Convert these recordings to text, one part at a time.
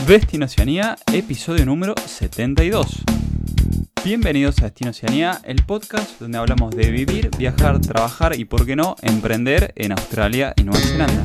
Destino Oceanía, episodio número 72. Bienvenidos a Destino Oceanía, el podcast donde hablamos de vivir, viajar, trabajar y, por qué no, emprender en Australia y Nueva Zelanda.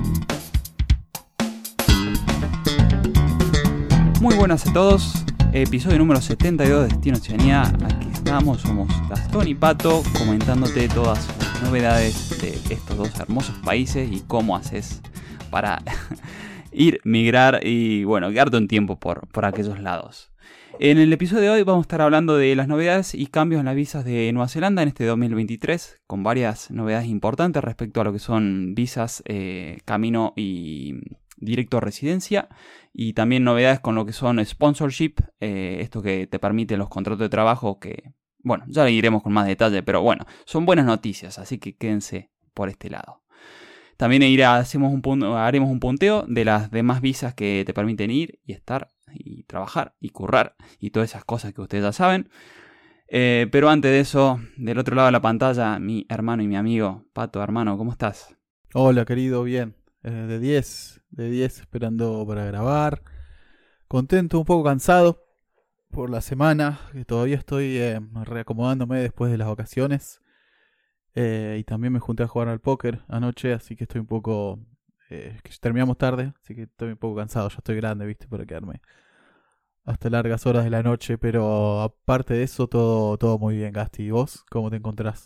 Muy buenas a todos, episodio número 72 de Destino Oceanía. Aquí estamos, somos Gastón y Pato, comentándote todas las novedades de estos dos hermosos países y cómo haces para ir, migrar y, bueno, quedarte un tiempo por aquellos lados. En el episodio de hoy vamos a estar hablando de las novedades y cambios en las visas de Nueva Zelanda en este 2023, con varias novedades importantes respecto a lo que son visas, camino y directo a residencia, y también novedades con lo que son sponsorship, esto que te permite los contratos de trabajo que, bueno, ya lo iremos con más detalle, pero bueno, son buenas noticias, así que quédense por este lado. También haremos un punteo de las demás visas que te permiten ir y estar y trabajar y currar y todas esas cosas que ustedes ya saben. Pero antes de eso, del otro lado de la pantalla, mi hermano y mi amigo Pato. Hermano, ¿cómo estás? Hola, querido, bien. De 10 esperando para grabar. Contento, un poco cansado por la semana, que todavía estoy reacomodándome después de las vacaciones. Y también me junté a jugar al póker anoche, así que estoy un poco... que terminamos tarde, así que estoy un poco cansado. Ya estoy grande, ¿viste? Para quedarme hasta largas horas de la noche. Pero aparte de eso, todo muy bien, Gasti. ¿Y vos? ¿Cómo te encontrás?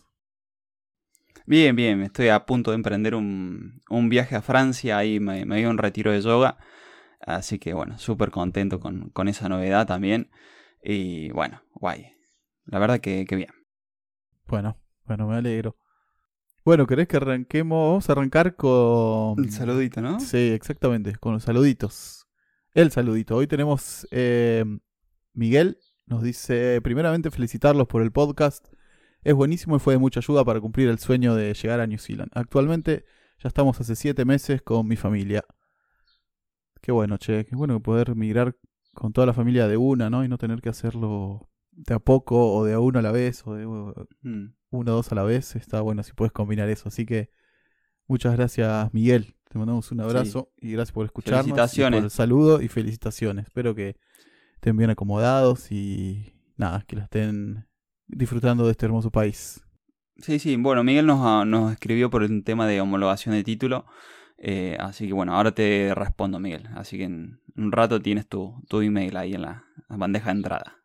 Bien, estoy a punto de emprender un viaje a Francia. Ahí me dio un retiro de yoga. Así que bueno, súper contento con esa novedad también. Y bueno, guay. La verdad que bien. Bueno, me alegro. Bueno, ¿querés que arranquemos? Vamos a arrancar con... Un saludito, ¿no? Sí, exactamente, con los saluditos. El saludito. Hoy tenemos Miguel. Nos dice, primeramente, felicitarlos por el podcast. Es buenísimo y fue de mucha ayuda para cumplir el sueño de llegar a New Zealand. Actualmente ya estamos hace 7 meses con mi familia. Qué bueno, che. Qué bueno poder migrar con toda la familia de una, ¿no? Y no tener que hacerlo de a poco o de a uno a la vez o de... uno o dos a la vez. Está bueno si puedes combinar eso. Así que muchas gracias, Miguel. Te mandamos un abrazo y gracias por escucharnos. Felicitaciones. Y por el saludo y felicitaciones. Espero que estén bien acomodados y nada, que la estén disfrutando de este hermoso país. Sí. Bueno, Miguel nos escribió por un tema de homologación de título. Así que bueno, ahora te respondo, Miguel. Así que en un rato tienes tu email ahí en la bandeja de entrada.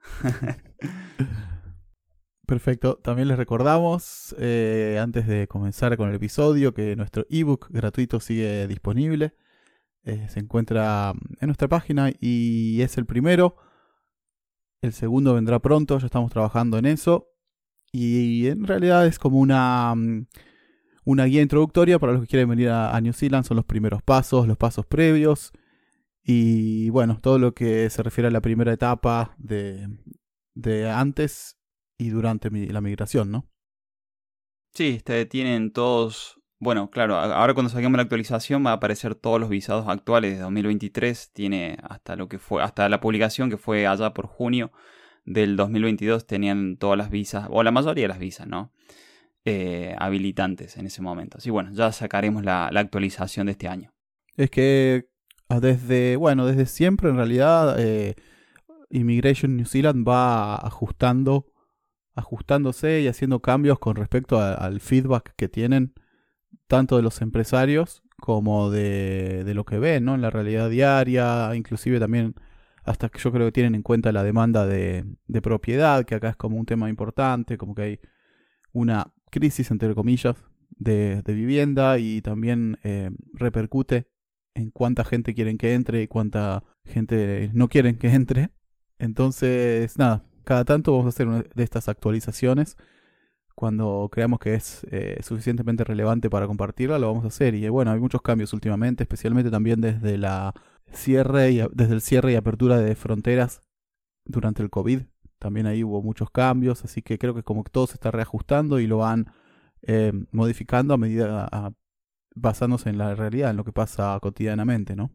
Perfecto. También les recordamos, antes de comenzar con el episodio, que nuestro ebook gratuito sigue disponible. Se encuentra en nuestra página y es el primero. El segundo vendrá pronto, ya estamos trabajando en eso. Y en realidad es como una guía introductoria para los que quieren venir a New Zealand. Son los primeros pasos, los pasos previos. Y bueno, todo lo que se refiere a la primera etapa de antes y durante la migración, ¿no? Sí, tienen todos... Bueno, claro, ahora cuando saquemos la actualización va a aparecer todos los visados actuales de 2023. Tiene hasta la publicación que fue allá por junio del 2022, tenían todas las visas, o la mayoría de las visas, ¿no? Habilitantes en ese momento. Así bueno, ya sacaremos la actualización de este año. Es que desde siempre en realidad Immigration New Zealand va ajustándose y haciendo cambios con respecto al feedback que tienen tanto de los empresarios como de lo que ven, ¿no? En la realidad diaria, inclusive también hasta que yo creo que tienen en cuenta la demanda de propiedad, que acá es como un tema importante, como que hay una crisis, entre comillas, de vivienda y también repercute en cuánta gente quieren que entre y cuánta gente no quieren que entre. Entonces, nada, cada tanto vamos a hacer una de estas actualizaciones. Cuando creamos que es suficientemente relevante para compartirla, lo vamos a hacer. Y bueno, hay muchos cambios últimamente, especialmente también desde el cierre y apertura de fronteras durante el COVID. También ahí hubo muchos cambios, así que creo que como que todo se está reajustando y lo van modificando a medida, basándose en la realidad, en lo que pasa cotidianamente, ¿no?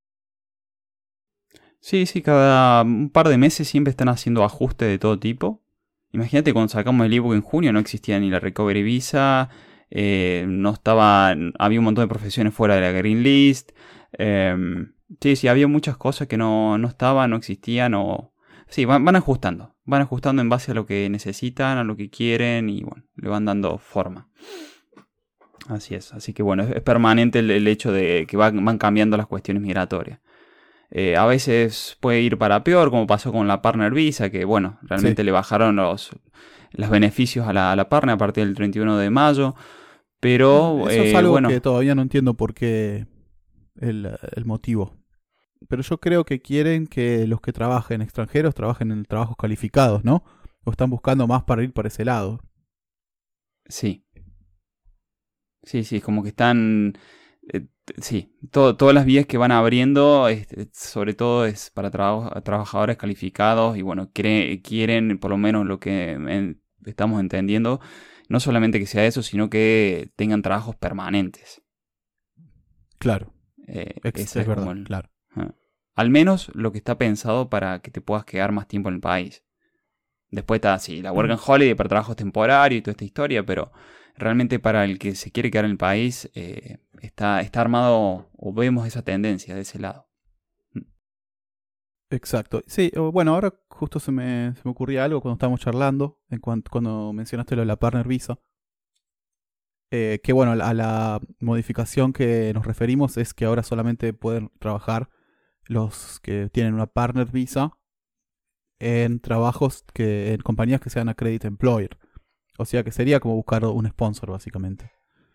Sí, cada un par de meses siempre están haciendo ajustes de todo tipo. Imagínate cuando sacamos el ebook en junio no existía ni la Recovery Visa, había un montón de profesiones fuera de la Green List. Sí, sí, había muchas cosas que no estaban, no existían o... Sí, van ajustando. Van ajustando en base a lo que necesitan, a lo que quieren y bueno, le van dando forma. Así es. Así que bueno, es permanente el hecho de que van cambiando las cuestiones migratorias. A veces puede ir para peor, como pasó con la Partner Visa, que bueno, realmente Sí. le bajaron los beneficios a la Partner a partir del 31 de mayo. Pero Eso es algo que bueno, todavía no entiendo por qué el motivo. Pero yo creo que quieren que los que trabajen extranjeros trabajen en trabajos calificados, ¿no? O están buscando más para ir para ese lado. sí. Sí, sí, como que están... sí, todas las vías que van abriendo, sobre todo es para trabajadores calificados y bueno, quieren por lo menos lo que estamos entendiendo, no solamente que sea eso, sino que tengan trabajos permanentes. Claro, Esa es es como verdad, claro. al menos lo que está pensado para que te puedas quedar más tiempo en el país. Después está así, la Work and Holiday para trabajos temporarios y toda esta historia, pero realmente para el que se quiere quedar en el país está armado o vemos esa tendencia de ese lado. Exacto. Sí, bueno, ahora justo se me ocurría algo cuando estábamos charlando, cuando mencionaste lo de la Partner Visa. Que bueno, a la modificación que nos referimos es que ahora solamente pueden trabajar los que tienen una Partner Visa en en compañías que sean accredited employer. O sea que sería como buscar un sponsor, básicamente.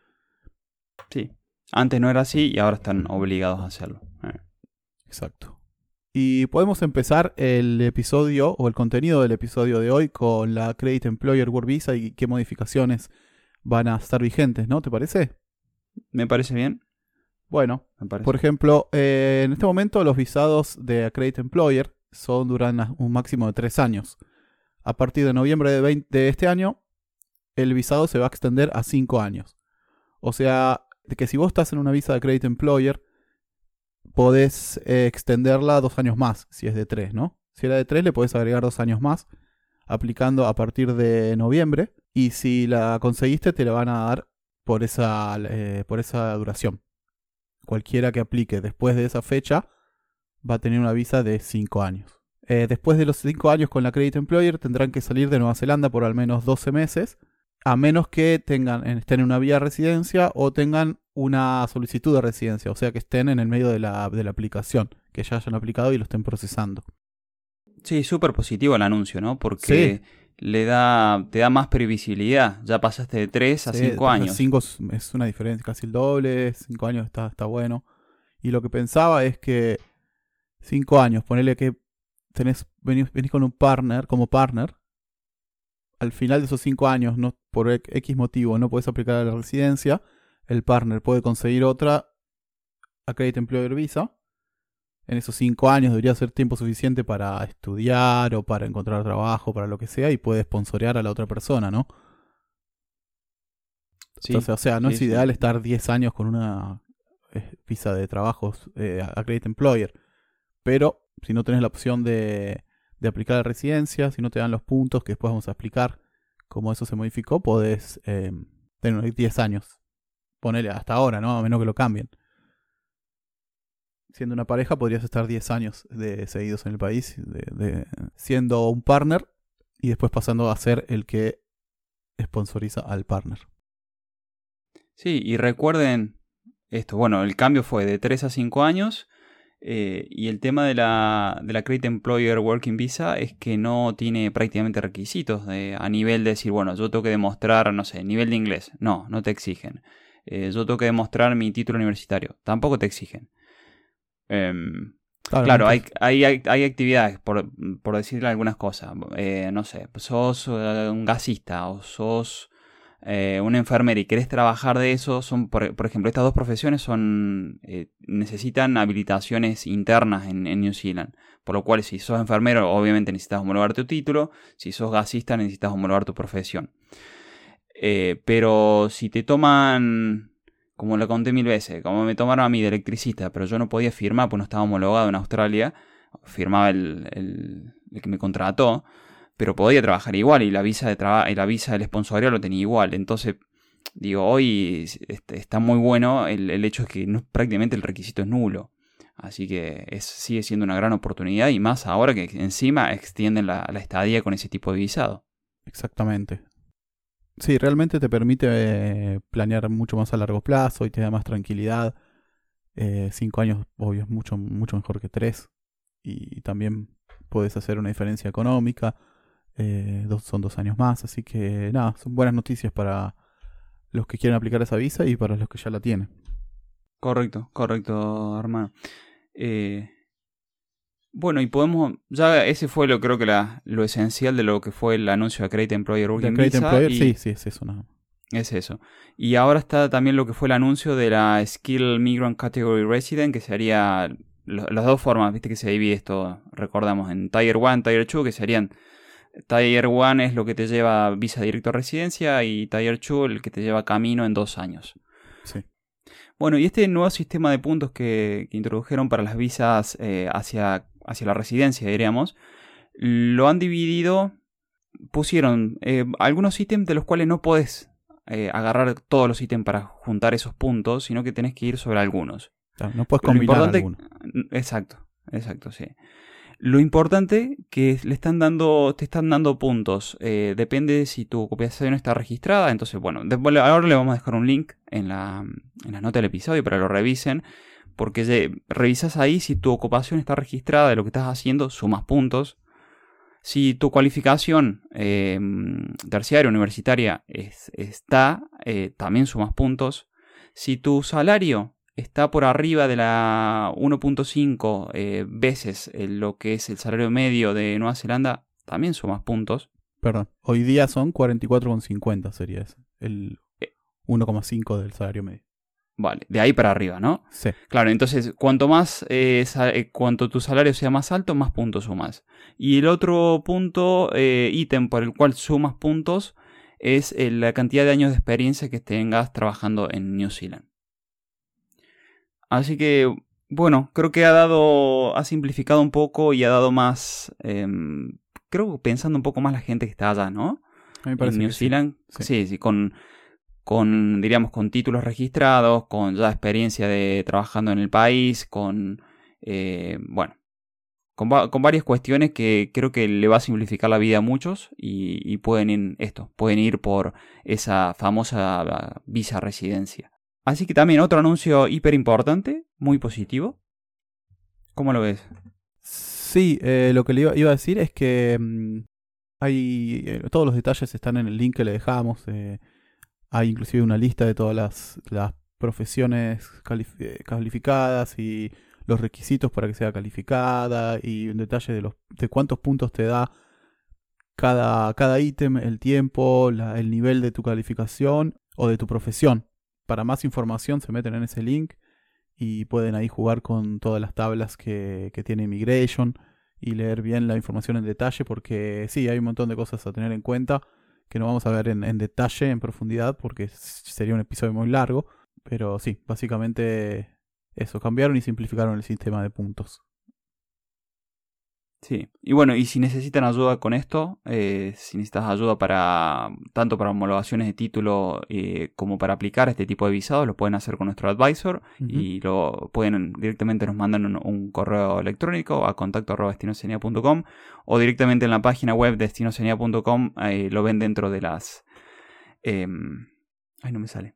Sí, antes no era así y ahora están obligados a hacerlo. Exacto. Y podemos empezar el episodio o el contenido del episodio de hoy con la Accredited Employer Work Visa y qué modificaciones van a estar vigentes, ¿no? ¿Te parece? ¿Me parece bien? Bueno, Me parece. por ejemplo, en este momento los visados de Accredited Employer duran un máximo de 3 años. A partir de noviembre de este año, el visado se va a extender a 5 años. O sea, de que si vos estás en una visa de Accredited Employer, podés extenderla 2 años más, si es de 3, ¿no? Si era de 3, le podés agregar 2 años más, aplicando a partir de noviembre. Y si la conseguiste, te la van a dar por esa duración. Cualquiera que aplique después de esa fecha va a tener una visa de 5 años. Después de los 5 años con la Accredited Employer tendrán que salir de Nueva Zelanda por al menos 12 meses, a menos que estén en una vía de residencia o tengan una solicitud de residencia, o sea que estén en el medio de la aplicación, que ya hayan aplicado y lo estén procesando. Sí, súper positivo el anuncio, ¿no? Porque Sí. te da más previsibilidad. Ya pasaste de 3 a 5 años. 5 es una diferencia, casi el doble, 5 años está bueno. Y lo que pensaba es que 5 años, ponele que venís con un partner, como partner, al final de esos 5 años, no, por X motivo, no puedes aplicar a la residencia, el partner puede conseguir otra Accredited Employer Visa. En esos 5 años debería ser tiempo suficiente para estudiar o para encontrar trabajo, para lo que sea, y puede sponsorear a la otra persona, ¿no? Sí, Entonces, o sea, no sí, es sí. ideal estar 10 años con una visa de trabajos Accredited Employer. Pero si no tenés la opción de aplicar a la residencia, si no te dan los puntos, que después vamos a explicar cómo eso se modificó, podés tener 10 años. Ponele hasta ahora, ¿no? A menos que lo cambien. Siendo una pareja podrías estar 10 años seguidos en el país, siendo un partner y después pasando a ser el que sponsoriza al partner. Sí, y recuerden esto, bueno, el cambio fue de 3 a 5 años y el tema de la Accredited Employer Working Visa es que no tiene prácticamente requisitos a nivel de decir, bueno, yo tengo que demostrar, no sé, nivel de inglés. No te exigen. Yo tengo que demostrar mi título universitario. Tampoco te exigen. Claro, hay actividades, por decirle algunas cosas. No sé, sos un gasista o sos una enfermera y querés trabajar de eso. Por ejemplo, estas dos profesiones necesitan habilitaciones internas en New Zealand. Por lo cual, si sos enfermero, obviamente necesitas homologar tu título. Si sos gasista, necesitas homologar tu profesión. Pero si te toman... Como lo conté 1000 veces, como me tomaron a mí de electricista, pero yo no podía firmar porque no estaba homologado en Australia, firmaba el que me contrató, pero podía trabajar igual y la visa del sponsorio lo tenía igual. Entonces, digo, hoy está muy bueno el hecho de que prácticamente el requisito es nulo. Así que sigue siendo una gran oportunidad y más ahora que encima extienden la estadía con ese tipo de visado. Exactamente. Sí, realmente te permite planear mucho más a largo plazo y te da más tranquilidad. 5 años, obvio, es mucho, mucho mejor que 3. Y también puedes hacer una diferencia económica. Son 2 años más, así que nada, son buenas noticias para los que quieren aplicar esa visa y para los que ya la tienen. Correcto, hermano. Bueno, y podemos, ya ese fue creo que lo esencial de lo que fue el anuncio de Create Employer Working Create Visa. Employer, sí, es eso nada más. Es eso. Y ahora está también lo que fue el anuncio de la Skill Migrant Category Resident, que sería las dos formas, viste que se divide esto, recordamos, en Tier 1, Tier 2, que serían, Tier 1 es lo que te lleva visa directo a residencia y Tier 2 el que te lleva camino en 2 años. Sí. Bueno, y este nuevo sistema de puntos que introdujeron para las visas hacia la residencia, diríamos, lo han dividido, pusieron algunos ítems de los cuales no podés agarrar todos los ítems para juntar esos puntos, sino que tenés que ir sobre algunos. Claro, no puedes combinar algunos. Exacto, sí. Lo importante que te están dando puntos, depende si tu ocupación está registrada. Entonces, bueno, ahora le vamos a dejar un link en la nota del episodio para que lo revisen, porque revisas ahí si tu ocupación está registrada de lo que estás haciendo, sumas puntos. Si tu cualificación terciaria universitaria está, también sumas puntos. Si tu salario está por arriba de la 1.5 veces lo que es el salario medio de Nueva Zelanda, también sumas puntos. Perdón, hoy día son 44,50 sería ese, el 1,5 del salario medio. Vale, de ahí para arriba, ¿no? Sí. Claro, entonces cuanto tu salario sea más alto, más puntos sumas. Y el otro punto, ítem por el cual sumas puntos, es la cantidad de años de experiencia que tengas trabajando en New Zealand. Así que, bueno, creo que ha simplificado un poco y ha dado más, creo que pensando un poco más la gente que está allá, ¿no? A mí me parece en New que Zealand, sí, diríamos, con títulos registrados, con ya experiencia de trabajando en el país, con varias cuestiones que creo que le va a simplificar la vida a muchos y pueden ir por esa famosa visa residencia. Así que también otro anuncio hiper importante, muy positivo. ¿Cómo lo ves? Sí, lo que le iba a decir es que todos los detalles están en el link que le dejamos. Hay inclusive una lista de todas las profesiones calificadas y los requisitos para que sea calificada y un detalle de cuántos puntos te da cada ítem, el tiempo, el nivel de tu calificación o de tu profesión. Para más información se meten en ese link y pueden ahí jugar con todas las tablas que tiene Immigration y leer bien la información en detalle, porque sí, hay un montón de cosas a tener en cuenta que no vamos a ver en detalle, en profundidad, porque sería un episodio muy largo. Pero sí, básicamente eso, cambiaron y simplificaron el sistema de puntos. Sí, y bueno, y si necesitan ayuda con esto, si necesitas ayuda tanto para homologaciones de título como para aplicar este tipo de visados, lo pueden hacer con nuestro advisor. Uh-huh. Y directamente nos mandan un correo electrónico a contacto@destinoceania.com o directamente en la página web destinoceania.com. Lo ven dentro de las... no me sale.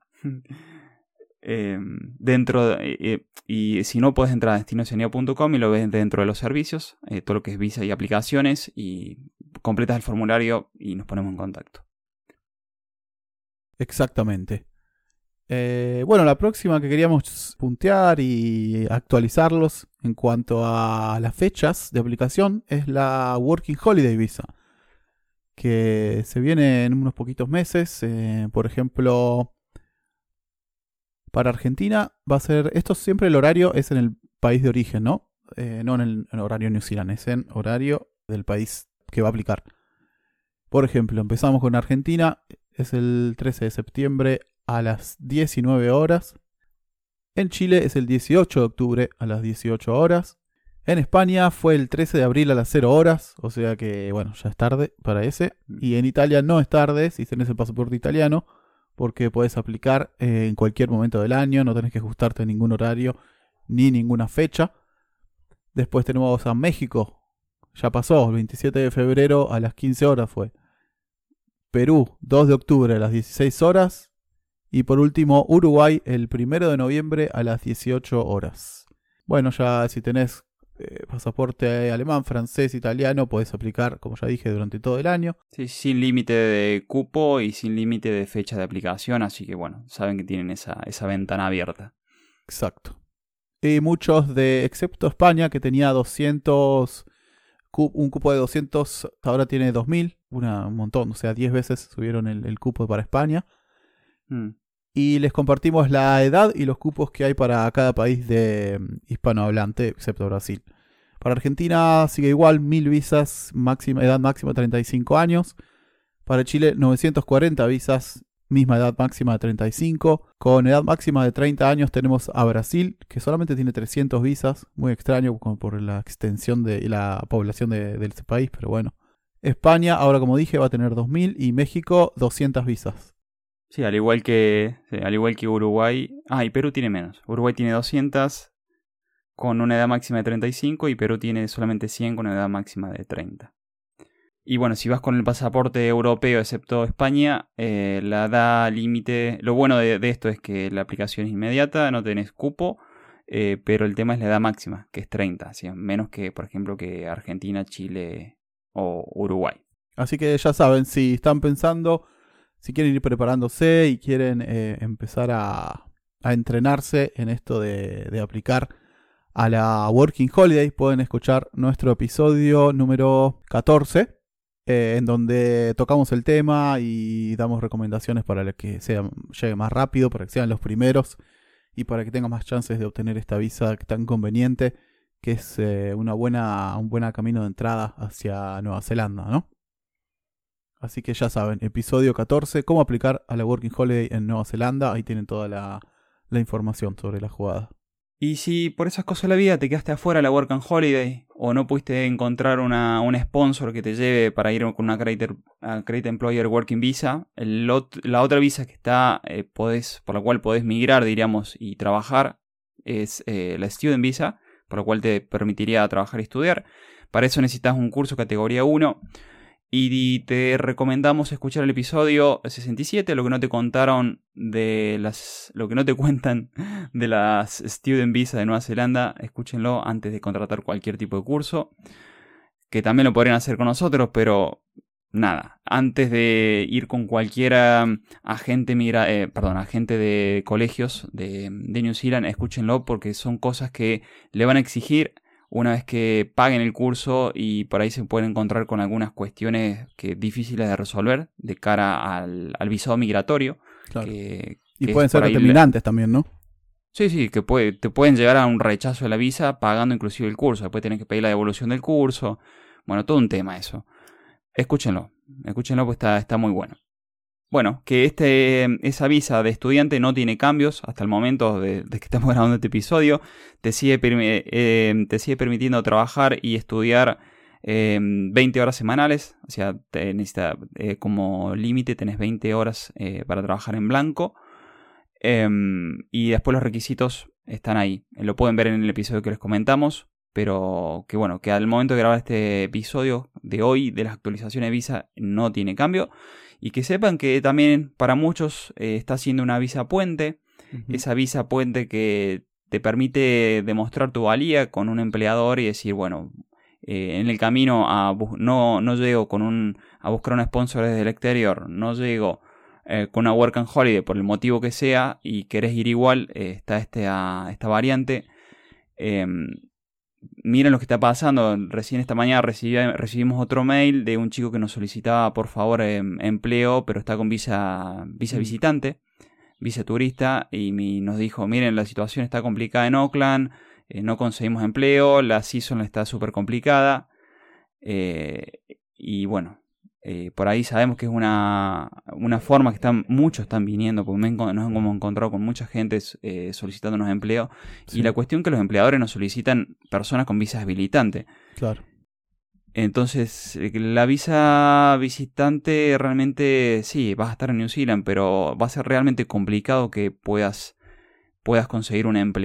Y si no, puedes entrar a destinoceania.com y lo ves dentro de los servicios, todo lo que es visa y aplicaciones, y completas el formulario y nos ponemos en contacto. Exactamente. Bueno, la próxima que queríamos puntear y actualizarlos en cuanto a las fechas de aplicación es la Working Holiday Visa, que se viene en unos poquitos meses. Por ejemplo, para Argentina va a ser, esto siempre el horario es en el país de origen, ¿no? No en el horario New Zealand, es en horario del país que va a aplicar. Por ejemplo, empezamos con Argentina, es el 13 de septiembre a las 19 horas. En Chile es el 18 de octubre a las 18 horas. En España fue el 13 de abril a las 0 horas, o sea que, bueno, ya es tarde para ese. Y en Italia no es tarde si tenés el pasaporte italiano, porque puedes aplicar en cualquier momento del año, no tenés que ajustarte a ningún horario ni ninguna fecha. Después tenemos a México. Ya pasó, el 27 de febrero a las 15 horas fue. Perú, 2 de octubre a las 16 horas. Y por último, Uruguay, el 1 de noviembre a las 18 horas. Bueno, ya si tenés pasaporte alemán, francés, italiano, podés aplicar, como ya dije, durante todo el año. Sí, sin límite de cupo y sin límite de fecha de aplicación, así que bueno, saben que tienen esa ventana abierta. Exacto. Y muchos excepto España, que tenía 200, un cupo de 200, ahora tiene 2000, un montón, o sea, 10 veces subieron el cupo para España. Y les compartimos la edad y los cupos que hay para cada país de hispanohablante, excepto Brasil. Para Argentina sigue igual, 1000 visas, edad máxima 35 años. Para Chile 940 visas, misma edad máxima de 35. Con edad máxima de 30 años tenemos a Brasil, que solamente tiene 300 visas. Muy extraño como por la extensión y la población de ese país, pero bueno. España, ahora como dije, va a tener 2000 y México 200 visas. Sí, al igual que Uruguay. Y Perú tiene menos. Uruguay tiene 200 con una edad máxima de 35 y Perú tiene solamente 100 con una edad máxima de 30. Y bueno, si vas con el pasaporte europeo, excepto España, la edad límite... Lo bueno de esto es que la aplicación es inmediata, no tenés cupo, pero el tema es la edad máxima, que es 30, ¿sí? Menos que, por ejemplo, que Argentina, Chile o Uruguay. Así que ya saben, si están pensando... Si quieren ir preparándose y quieren empezar a entrenarse en esto de aplicar a la Working Holiday, pueden escuchar nuestro episodio número 14, en donde tocamos el tema y damos recomendaciones para que llegue más rápido, para que sean los primeros y para que tengan más chances de obtener esta visa tan conveniente, que es un buen camino de entrada hacia Nueva Zelanda, ¿no? Así que ya saben, episodio 14, cómo aplicar a la Working Holiday en Nueva Zelanda. Ahí tienen toda la información sobre la jugada. Y si por esas cosas de la vida te quedaste afuera de la Working Holiday o no pudiste encontrar un sponsor que te lleve para ir con una Accredited Employer Working Visa, la otra visa que está por la cual podés migrar, diríamos, y trabajar es la Student Visa, por la cual te permitiría trabajar y estudiar. Para eso necesitas un curso categoría 1. Y te recomendamos escuchar el episodio 67, lo que no te contaron lo que no te cuentan de las Student Visa de Nueva Zelanda. Escúchenlo antes de contratar cualquier tipo de curso, que también lo podrían hacer con nosotros, pero nada, antes de ir con cualquier agente de colegios de New Zealand, escúchenlo porque son cosas que le van a exigir una vez que paguen el curso y por ahí se pueden encontrar con algunas cuestiones difíciles de resolver de cara al visado migratorio. Claro. Y pueden ser determinantes también, ¿no? Sí, que te pueden llegar a un rechazo de la visa pagando inclusive el curso. Después tenés que pedir la devolución del curso. Bueno, todo un tema eso. Escúchenlo porque está muy bueno. Bueno, que esa visa de estudiante no tiene cambios hasta el momento de que estamos grabando este episodio. Te sigue permitiendo trabajar y estudiar 20 horas semanales. O sea, como límite tenés 20 horas para trabajar en blanco. Y después los requisitos están ahí. Lo pueden ver en el episodio que les comentamos. Pero que bueno, que al momento de grabar este episodio de hoy de las actualizaciones de visa no tiene cambio. Y que sepan que también para muchos está siendo una visa puente. Uh-huh. Esa visa puente que te permite demostrar tu valía con un empleador y decir, bueno, en el camino no llego a buscar un sponsor desde el exterior, no llego con una Work and Holiday por el motivo que sea y querés ir igual, está esta variante. Miren lo que está pasando. Recién esta mañana recibimos otro mail de un chico que nos solicitaba por favor empleo, pero está con visa visitante, visa turista, y nos dijo, miren, la situación está complicada en Auckland, no conseguimos empleo, la season está súper complicada, y bueno, por ahí sabemos que es una forma que muchos están viniendo, porque nos hemos encontrado con mucha gente solicitándonos empleo. Sí. Y la cuestión que los empleadores nos solicitan personas con visa habilitante. Claro. Entonces, la visa visitante realmente sí, vas a estar en New Zealand, pero va a ser realmente complicado que puedas conseguir un empleo.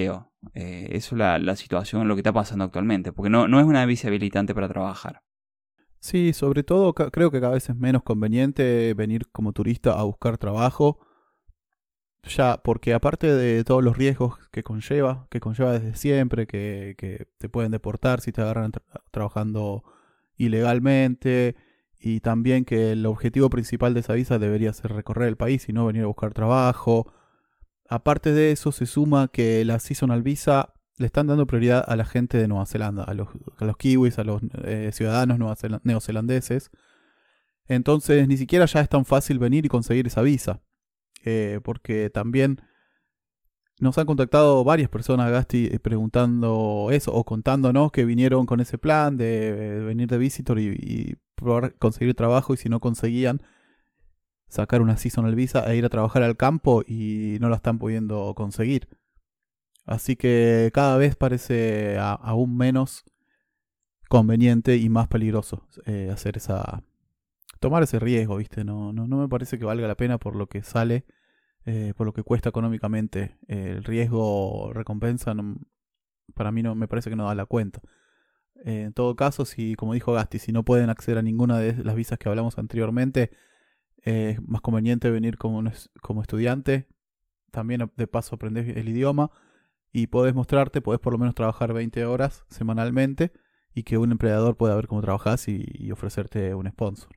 Eso es la situación, lo que está pasando actualmente, porque no es una visa habilitante para trabajar. Sí, sobre todo creo que cada vez es menos conveniente venir como turista a buscar trabajo, ya porque aparte de todos los riesgos que conlleva desde siempre, que te pueden deportar si te agarran trabajando ilegalmente, y también que el objetivo principal de esa visa debería ser recorrer el país y no venir a buscar trabajo. Aparte de eso, se suma que la Seasonal Visa le están dando prioridad a la gente de Nueva Zelanda, a los kiwis, a los ciudadanos neozelandeses. Entonces ni siquiera ya es tan fácil venir y conseguir esa visa. Porque también nos han contactado varias personas, Gasti, preguntando eso o contándonos que vinieron con ese plan de venir de visitor y probar conseguir trabajo, y si no conseguían, sacar una seasonal visa e ir a trabajar al campo, y no la están pudiendo conseguir. Así que cada vez parece aún menos conveniente y más peligroso tomar ese riesgo, ¿viste? No me parece que valga la pena por lo que sale, por lo que cuesta económicamente. El riesgo recompensa para mí no me parece que no da la cuenta. En todo caso, si, como dijo Gasti, si no pueden acceder a ninguna de las visas que hablamos anteriormente, es más conveniente venir como estudiante. También de paso aprendés el idioma y podés por lo menos trabajar 20 horas semanalmente, y que un empleador pueda ver cómo trabajás y ofrecerte un sponsor.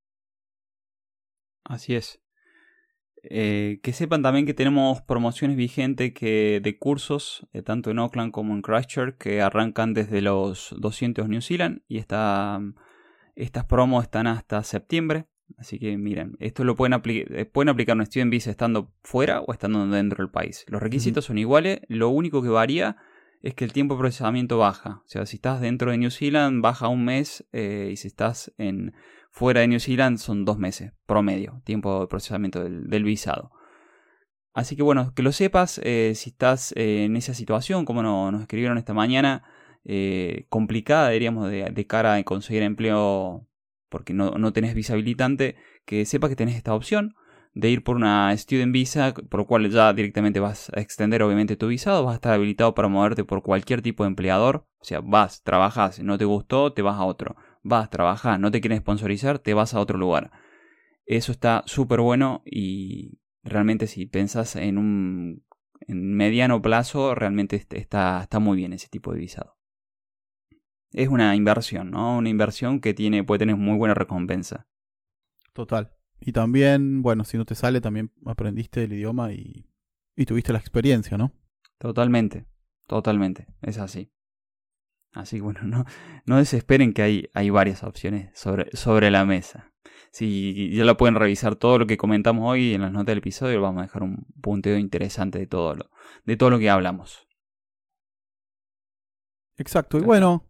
Así es. Que sepan también que tenemos promociones vigentes de cursos, tanto en Auckland como en Christchurch, que arrancan desde los 200 New Zealand, y estas promos están hasta septiembre. Así que miren, esto lo pueden aplicar un Student Visa estando fuera o estando dentro del país. Los requisitos son iguales, lo único que varía es que el tiempo de procesamiento baja. O sea, si estás dentro de New Zealand baja un mes, y si estás fuera de New Zealand son 2 meses promedio, tiempo de procesamiento del visado. Así que bueno, que lo sepas, si estás en esa situación, como nos escribieron esta mañana, complicada, diríamos, de cara a conseguir empleo porque no tenés visa habilitante, que sepas que tenés esta opción de ir por una Student Visa, por lo cual ya directamente vas a extender obviamente tu visado, vas a estar habilitado para moverte por cualquier tipo de empleador. O sea, vas, trabajás, no te gustó, te vas a otro. Vas, trabajás, no te quieren sponsorizar, te vas a otro lugar. Eso está súper bueno, y realmente si pensás en mediano plazo, realmente está muy bien ese tipo de visado. Es una inversión, ¿no? Una inversión que puede tener muy buena recompensa. Total. Y también, bueno, si no te sale, también aprendiste el idioma y tuviste la experiencia, ¿no? Totalmente. Es así. Así que bueno, no desesperen, que hay varias opciones sobre la mesa. Si ya lo pueden revisar todo lo que comentamos hoy en las notas del episodio, vamos a dejar un punteo interesante de todo lo que hablamos. Exacto. Y bueno,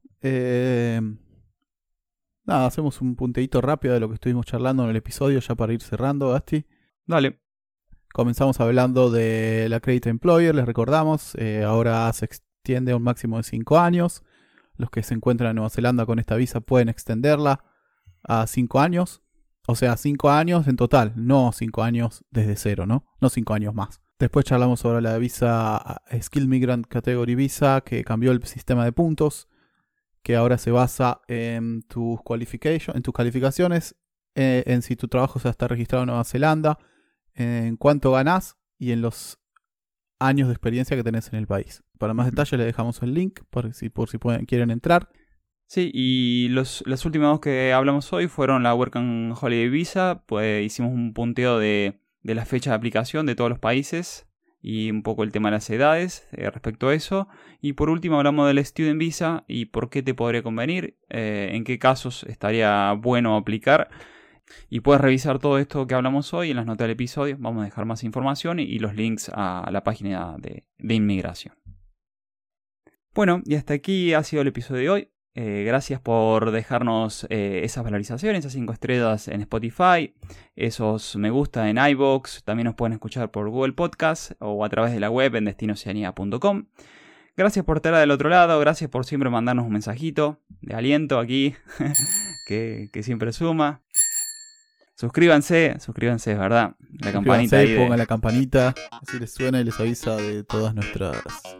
nada, hacemos un punteíto rápido de lo que estuvimos charlando en el episodio, ya para ir cerrando, Gasti. Dale. Comenzamos hablando de la Accredited Employer, les recordamos, ahora se extiende a un máximo de 5 años. Los que se encuentran en Nueva Zelanda con esta visa pueden extenderla a 5 años. O sea, 5 años en total, no 5 años desde cero, ¿no? No 5 años más. Después charlamos sobre la visa Skilled Migrant Category Visa, que cambió el sistema de puntos, que ahora se basa en tus calificaciones, en si tu trabajo ya está registrado en Nueva Zelanda, en cuánto ganás y en los años de experiencia que tenés en el país. Para más detalles les dejamos el link por si quieren entrar. Sí, y las últimas dos que hablamos hoy fueron la Work and Holiday Visa. Pues hicimos un punteo de la fecha de aplicación de todos los países y un poco el tema de las edades respecto a eso. Y por último hablamos del Student Visa y por qué te podría convenir, en qué casos estaría bueno aplicar. Y puedes revisar todo esto que hablamos hoy en las notas del episodio. Vamos a dejar más información y los links a la página de inmigración. Bueno, y hasta aquí ha sido el episodio de hoy. Gracias por dejarnos esas valorizaciones, esas 5 estrellas en Spotify, esos me gusta en iVoox. También nos pueden escuchar por Google Podcast o a través de la web en destinoceania.com. Gracias por estar del otro lado, gracias por siempre mandarnos un mensajito de aliento aquí, que siempre suma. Suscríbanse, es verdad. La campanita ahí pongan la campanita, así les suena y les avisa de todas nuestras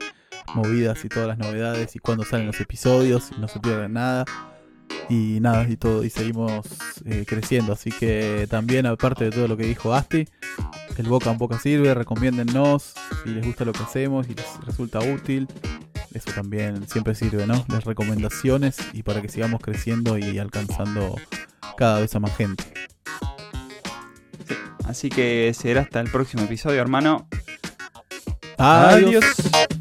movidas y todas las novedades y cuándo salen los episodios, y no se pierdan nada. Y nada, y todo, y seguimos creciendo. Así que también, aparte de todo lo que dijo Asti, el boca en boca sirve, recomiéndennos si les gusta lo que hacemos y les resulta útil. Eso también siempre sirve, ¿no? Las recomendaciones y para que sigamos creciendo y alcanzando cada vez a más gente. Sí. Así que será hasta el próximo episodio, hermano. Adiós.